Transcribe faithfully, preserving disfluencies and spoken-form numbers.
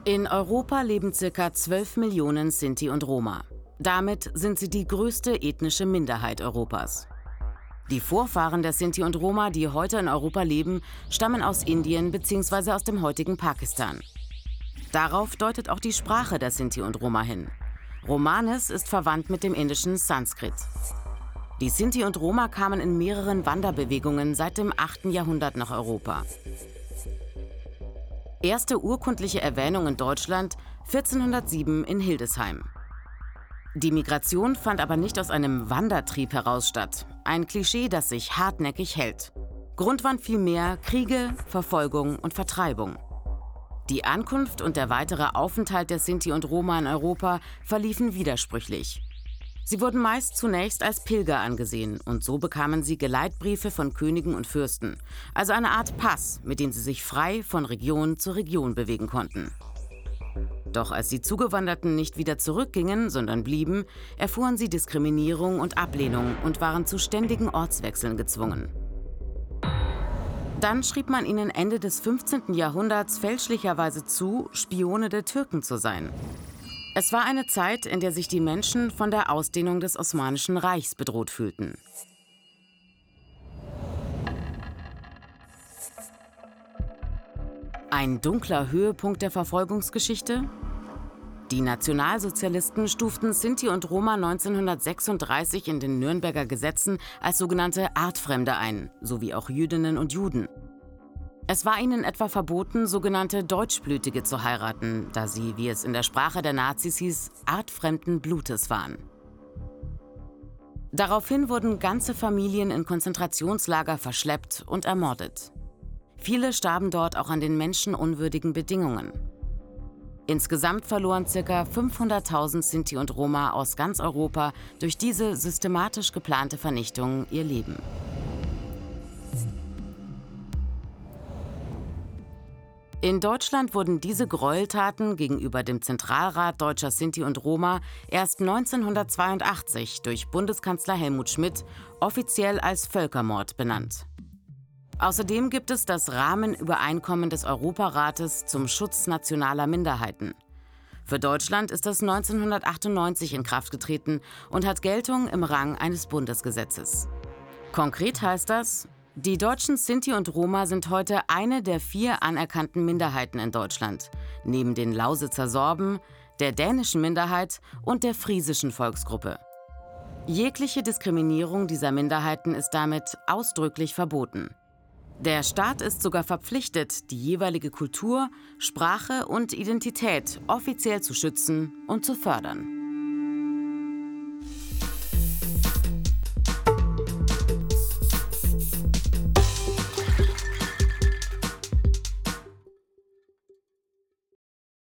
In Europa leben ca. zwölf Millionen Sinti und Roma. Damit sind sie die größte ethnische Minderheit Europas. Die Vorfahren der Sinti und Roma, die heute in Europa leben, stammen aus Indien bzw. aus dem heutigen Pakistan. Darauf deutet auch die Sprache der Sinti und Roma hin. Romanes ist verwandt mit dem indischen Sanskrit. Die Sinti und Roma kamen in mehreren Wanderbewegungen seit dem achten Jahrhundert nach Europa. Erste urkundliche Erwähnung in Deutschland vierzehnhundertsieben in Hildesheim. Die Migration fand aber nicht aus einem Wandertrieb heraus statt. Ein Klischee, das sich hartnäckig hält. Grund waren vielmehr Kriege, Verfolgung und Vertreibung. Die Ankunft und der weitere Aufenthalt der Sinti und Roma in Europa verliefen widersprüchlich. Sie wurden meist zunächst als Pilger angesehen und so bekamen sie Geleitbriefe von Königen und Fürsten, also eine Art Pass, mit dem sie sich frei von Region zu Region bewegen konnten. Doch als die Zugewanderten nicht wieder zurückgingen, sondern blieben, erfuhren sie Diskriminierung und Ablehnung und waren zu ständigen Ortswechseln gezwungen. Dann schrieb man ihnen Ende des fünfzehnten Jahrhunderts fälschlicherweise zu, Spione der Türken zu sein. Es war eine Zeit, in der sich die Menschen von der Ausdehnung des Osmanischen Reichs bedroht fühlten. Ein dunkler Höhepunkt der Verfolgungsgeschichte? Die Nationalsozialisten stuften Sinti und Roma neunzehnhundertsechsunddreißig in den Nürnberger Gesetzen als sogenannte Artfremde ein, sowie auch Jüdinnen und Juden. Es war ihnen etwa verboten, sogenannte Deutschblütige zu heiraten, da sie, wie es in der Sprache der Nazis hieß, artfremden Blutes waren. Daraufhin wurden ganze Familien in Konzentrationslager verschleppt und ermordet. Viele starben dort auch an den menschenunwürdigen Bedingungen. Insgesamt verloren ca. fünfhunderttausend Sinti und Roma aus ganz Europa durch diese systematisch geplante Vernichtung ihr Leben. In Deutschland wurden diese Gräueltaten gegenüber dem Zentralrat Deutscher Sinti und Roma erst neunzehnhundertzweiundachtzig durch Bundeskanzler Helmut Schmidt offiziell als Völkermord benannt. Außerdem gibt es das Rahmenübereinkommen des Europarates zum Schutz nationaler Minderheiten. Für Deutschland ist das neunzehnhundertachtundneunzig in Kraft getreten und hat Geltung im Rang eines Bundesgesetzes. Konkret heißt das: Die deutschen Sinti und Roma sind heute eine der vier anerkannten Minderheiten in Deutschland, neben den Lausitzer Sorben, der dänischen Minderheit und der friesischen Volksgruppe. Jegliche Diskriminierung dieser Minderheiten ist damit ausdrücklich verboten. Der Staat ist sogar verpflichtet, die jeweilige Kultur, Sprache und Identität offiziell zu schützen und zu fördern.